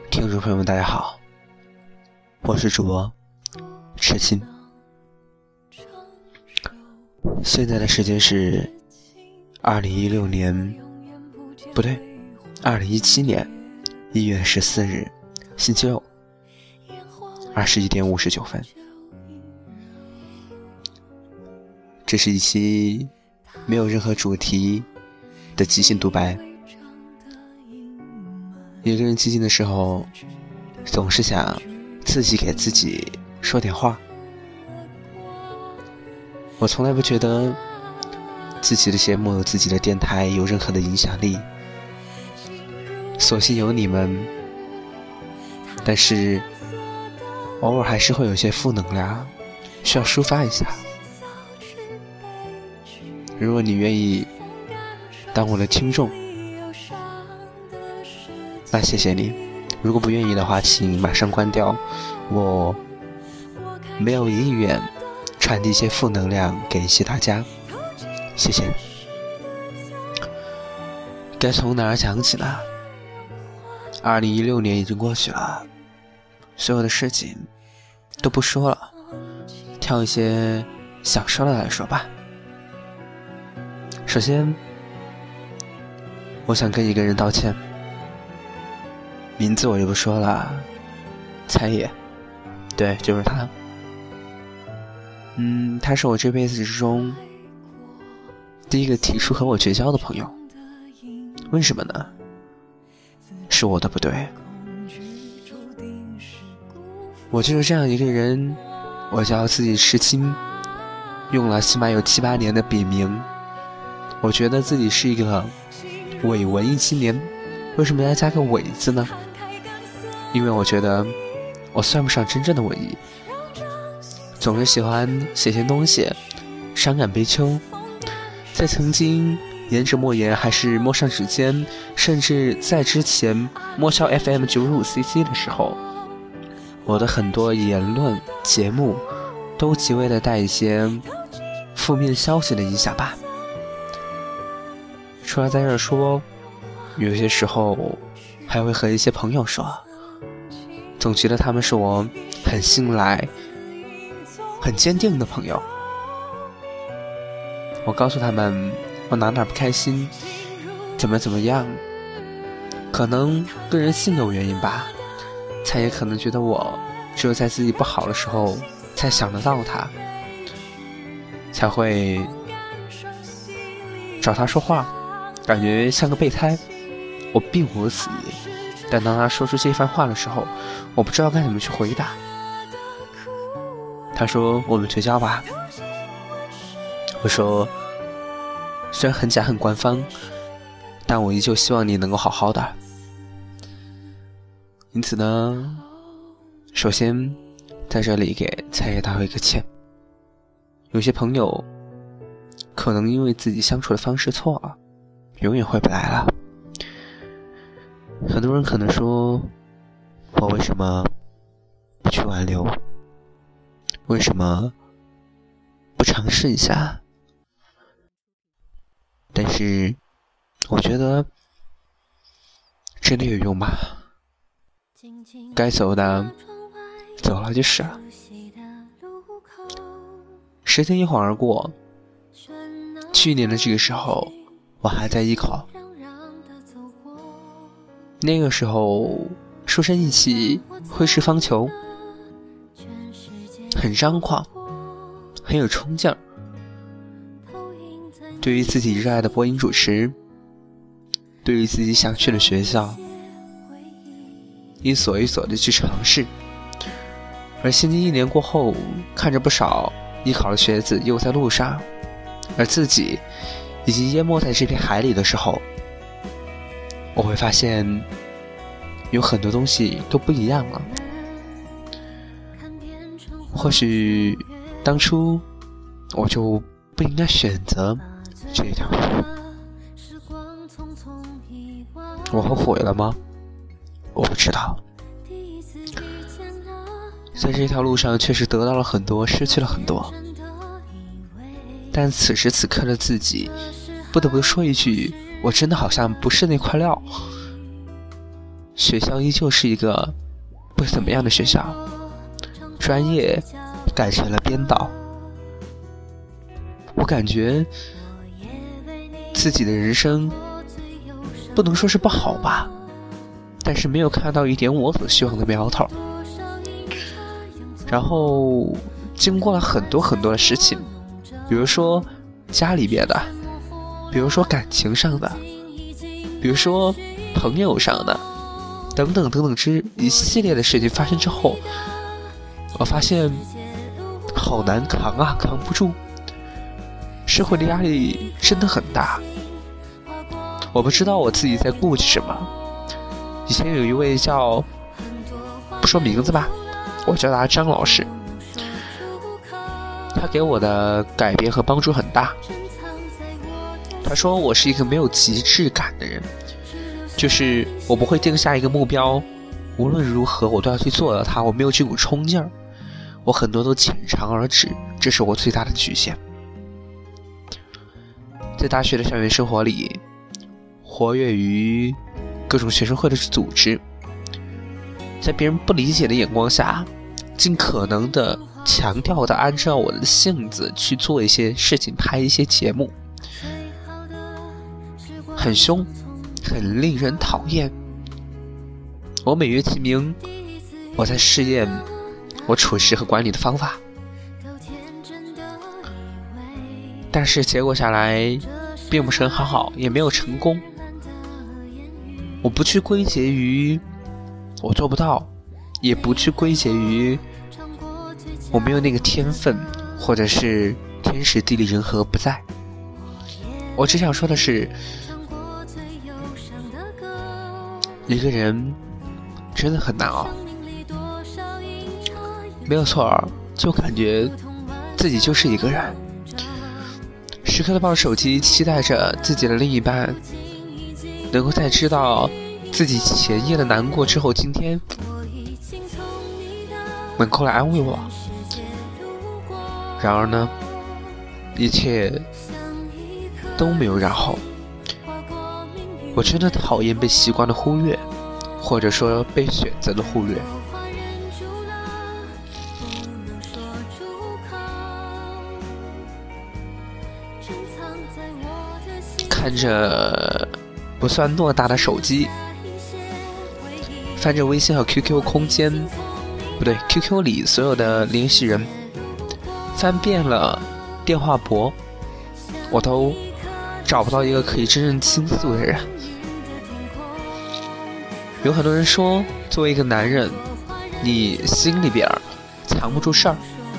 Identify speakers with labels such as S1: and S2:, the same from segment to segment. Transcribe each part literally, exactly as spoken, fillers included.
S1: 听众朋友们大家好，我是主播痴心。现在的时间是二零一六年不对二零一七年一月十四日星期六二十一点五十九分。这是一期没有任何主题的即兴独白。一个人寂静的时候，总是想自己给自己说点话。我从来不觉得自己的节目有自己的电台有任何的影响力，所幸有你们，但是偶尔还是会有些负能量需要抒发一下。如果你愿意当我的听众，那谢谢你。如果不愿意的话，请马上关掉。我没有意愿传递一些负能量给一些大家，谢谢。该从哪儿讲起呢？二零一六年已经过去了，所有的事情都不说了，挑一些想说的来说吧。首先，我想跟一个人道歉，名字我就不说了，猜也，对，就是他。嗯，他是我这辈子之中第一个提出和我绝交的朋友。为什么呢？是我的不对。我就是这样一个人，我叫自己痴心，用了起码有七八年的笔名。我觉得自己是一个伪文艺青年。为什么要加个伪字呢？因为我觉得我算不上真正的文艺，总是喜欢写些东西，伤感悲秋。在曾经颜值莫言还是摸上指尖，甚至在之前摸敲 F M 九十五 C C 的时候，我的很多言论节目都极为的带一些负面消息的影响吧。除了在这儿说，有些时候还会和一些朋友说，总觉得他们是我很信赖很坚定的朋友。我告诉他们我哪哪不开心，怎么怎么样，可能个人性格原因吧，他也可能觉得我只有在自己不好的时候才想得到他，才会找他说话，感觉像个备胎。我并无此意，但当他说出这番话的时候，我不知道该怎么去回答。他说我们绝交吧。我说虽然很假很官方，但我依旧希望你能够好好的。因此呢，首先在这里给蔡野道一个歉。有些朋友可能因为自己相处的方式错了，永远回不来了。很多人可能说，我为什么不去挽留？为什么不尝试一下？但是我觉得真的有用吗？该走的走了就是了。时间一晃而过，去年的这个时候我还在艺考，那个时候书生意气，挥斥方遒，很张狂，很有冲劲儿。对于自己热爱的播音主持，对于自己想去的学校，一所一所的去尝试。而现今一年过后，看着不少艺考的学子又在路上，而自己已经淹没在这片海里的时候，我会发现有很多东西都不一样了。或许当初我就不应该选择这条路。我后悔了吗？我不知道。在这条路上确实得到了很多，失去了很多，但此时此刻的自己不得不说一句，我真的好像不是那块料。 学校依旧是一个不怎么样的学校，专业改成了编导。我感觉自己的人生不能说是不好吧，但是没有看到一点我所希望的苗头。然后经过了很多很多的事情，比如说家里边的，比如说感情上的，比如说朋友上的，等等等等之一系列的事情发生之后，我发现好难扛啊，扛不住。社会的压力真的很大，我不知道我自己在顾忌什么。以前有一位叫，不说名字吧，我叫他张老师，他给我的改变和帮助很大。他说我是一个没有极致感的人，就是我不会定下一个目标，无论如何我都要去做到它，我没有这股冲劲儿，我很多都浅尝而止，这是我最大的局限。在大学的校园生活里，活跃于各种学生会的组织，在别人不理解的眼光下，尽可能的强调的按照我的性子去做一些事情，拍一些节目，很凶，很令人讨厌。我每月提名，我在试验我处事和管理的方法，但是结果下来并不是很好，也没有成功。我不去归结于我做不到，也不去归结于我没有那个天分，或者是天时地利人和不在。我只想说的是，一个人真的很难熬，没有错，就感觉自己就是一个人，时刻的抱着手机，期待着自己的另一半能够在知道自己前夜的难过之后，今天能够来安慰我。然而呢，一切都没有然后。我真的讨厌被习惯的忽略，或者说被选择的忽略。看着不算偌大的手机，翻着微信和 Q Q 空间，不对 Q Q 里所有的联系人，翻遍了电话簿，我都找不到一个可以真正倾诉的人。有很多人说，作为一个男人，你心里边藏不住事儿。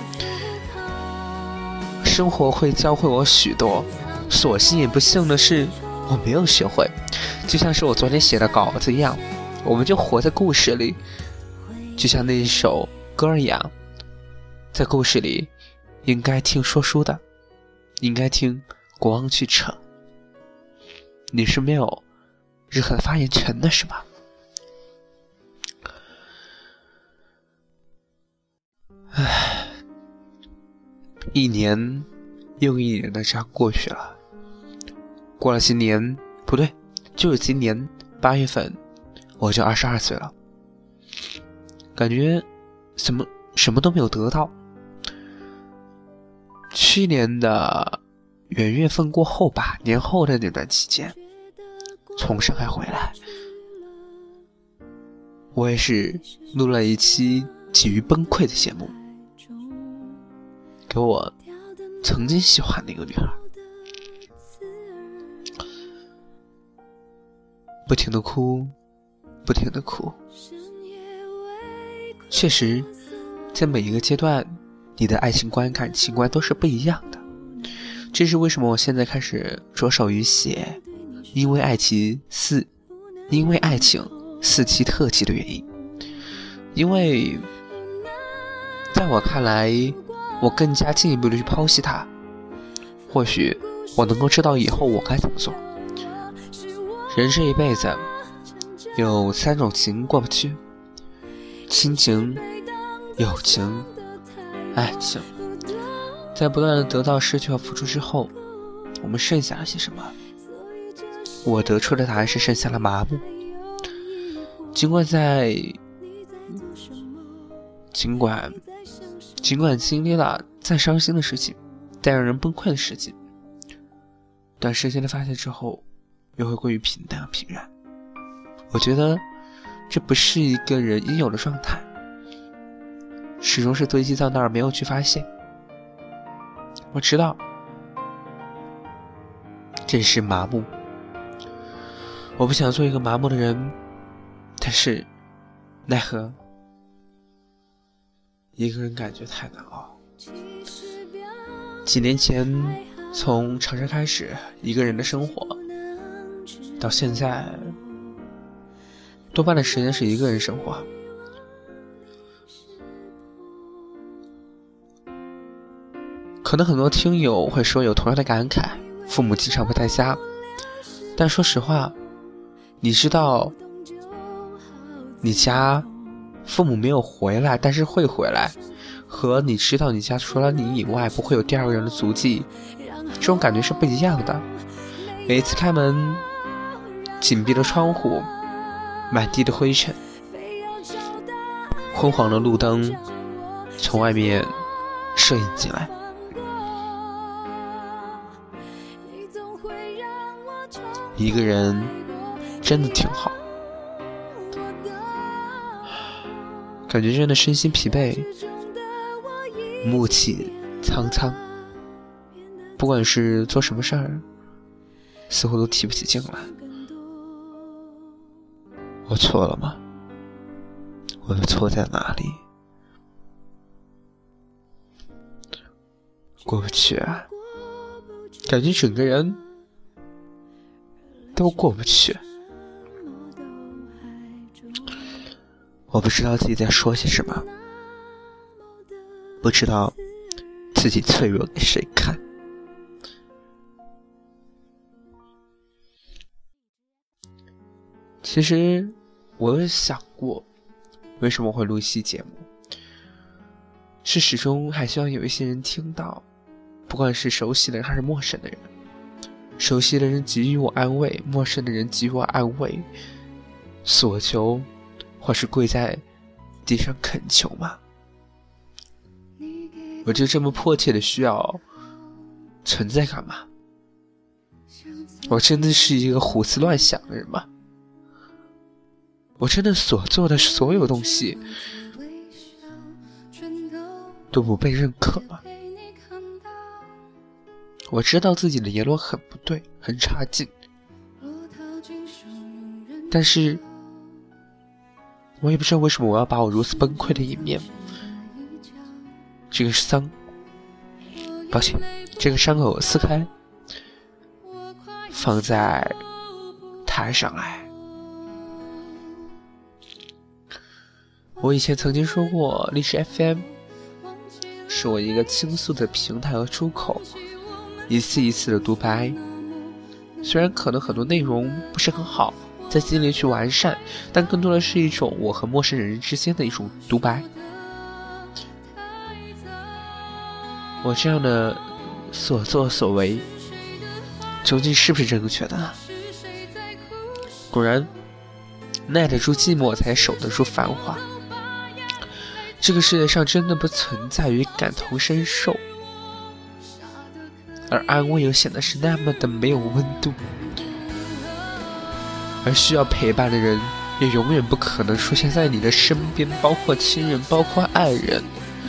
S1: 生活会教会我许多，所幸也不幸的是我没有学会。就像是我昨天写的稿子一样，我们就活在故事里，就像那一首歌一样，在故事里应该听说书的，应该听国王去扯。你是没有任何的发言权的是吧？唉，一年又一年的这样过去了。过了今年，不对，就是今年八月份，我就二十二岁了。感觉什么什么都没有得到。去年的元月份过后吧，年后的那段期间，从上海回来，我也是录了一期几于崩溃的节目，给我曾经喜欢的一个女孩，不停的哭，不停的哭。确实，在每一个阶段，你的爱情观、感情观都是不一样的。这是为什么我现在开始着手于写因为爱情四因为爱情四期特辑的原因。因为在我看来，我更加进一步的去剖析它，或许我能够知道以后我该怎么做。人这一辈子有三种情过不去：亲情、友情、爱情。在不断的得到、失去和付出之后，我们剩下了些什么？我得出的答案是剩下了麻木。 尽管在尽管尽管经历了再伤心的事情，再让人崩溃的事情，短时间的发泄之后又会归于平淡和平然。我觉得这不是一个人应有的状态，始终是堆积在那儿没有去发现。我知道这是麻木，我不想做一个麻木的人，但是奈何一个人感觉太难熬。几年前从长沙开始一个人的生活，到现在多半的时间是一个人生活。可能很多听友会说有同样的感慨，父母经常不在家，但说实话，你知道你家父母没有回来但是会回来，和你知道你家除了你以外不会有第二个人的足迹，这种感觉是不一样的。每一次开门，紧闭的窗户，满地的灰尘，昏黄的路灯从外面射影进来，一个人真的挺好，感觉真的身心疲惫，暮气苍苍，不管是做什么事儿，似乎都提不起劲来。我错了吗？我的错在哪里？过不去啊，感觉整个人都过不去。我不知道自己在说些什么，不知道自己脆弱给谁看。其实我有想过，为什么我会录一期节目，是始终还希望有一些人听到，不管是熟悉的人还是陌生的人，熟悉的人给予我安慰，陌生的人给予我安慰，所求或是跪在地上恳求吗？我就这么迫切的需要存在感吗？我真的是一个胡思乱想的人吗？我真的所做的所有东西都不被认可吗？我知道自己的言论很不对，很差劲，但是我也不知道为什么我要把我如此崩溃的一面，这个伤，抱歉，这个伤口撕开，放在台上来。我以前曾经说过，荔枝 F M 是我一个倾诉的平台和出口，一次一次的独白，虽然可能很多内容不是很好，在尽力去完善，但更多的是一种我和陌生人之间的一种独白。我这样的所作所为究竟是不是正确的呢？果然耐得住寂寞才守得住繁华，这个世界上真的不存在于感同身受，而安慰又显得是那么的没有温度，而需要陪伴的人也永远不可能出现在你的身边，包括亲人，包括爱人。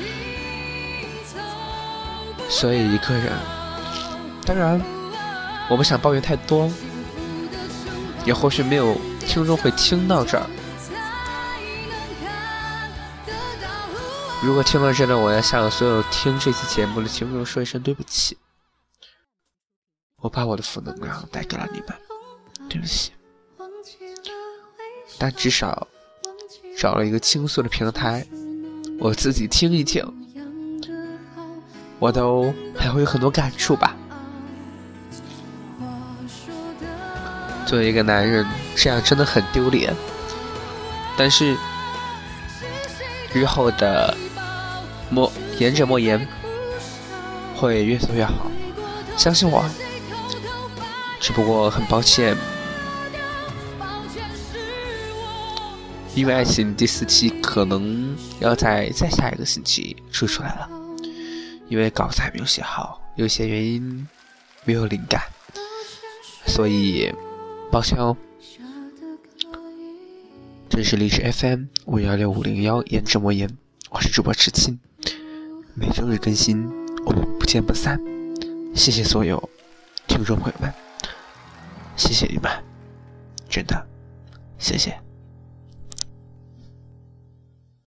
S1: 所以一个人，当然我不想抱怨太多，也或许没有听众会听到这儿。如果听到这呢，我要向所有听这期节目的听众说一声对不起，我把我的负能量带给了你们，对不起。但至少找了一个倾诉的平台，我自己听一听，我都还会有很多感触吧。作为一个男人，这样真的很丢脸，但是日后的莫言者莫言会越做越好，相信我。只不过很抱歉， 因为爱情第四期可能要在再下一个星期出出来了，因为稿子还没有写好，有些原因没有灵感，所以抱歉哦。这是荔枝 F M 五幺六五零幺言之魔言，我是主播痴青，每周日更新，我们不见不散。谢谢所有听众朋友们，谢谢你们，真的谢谢。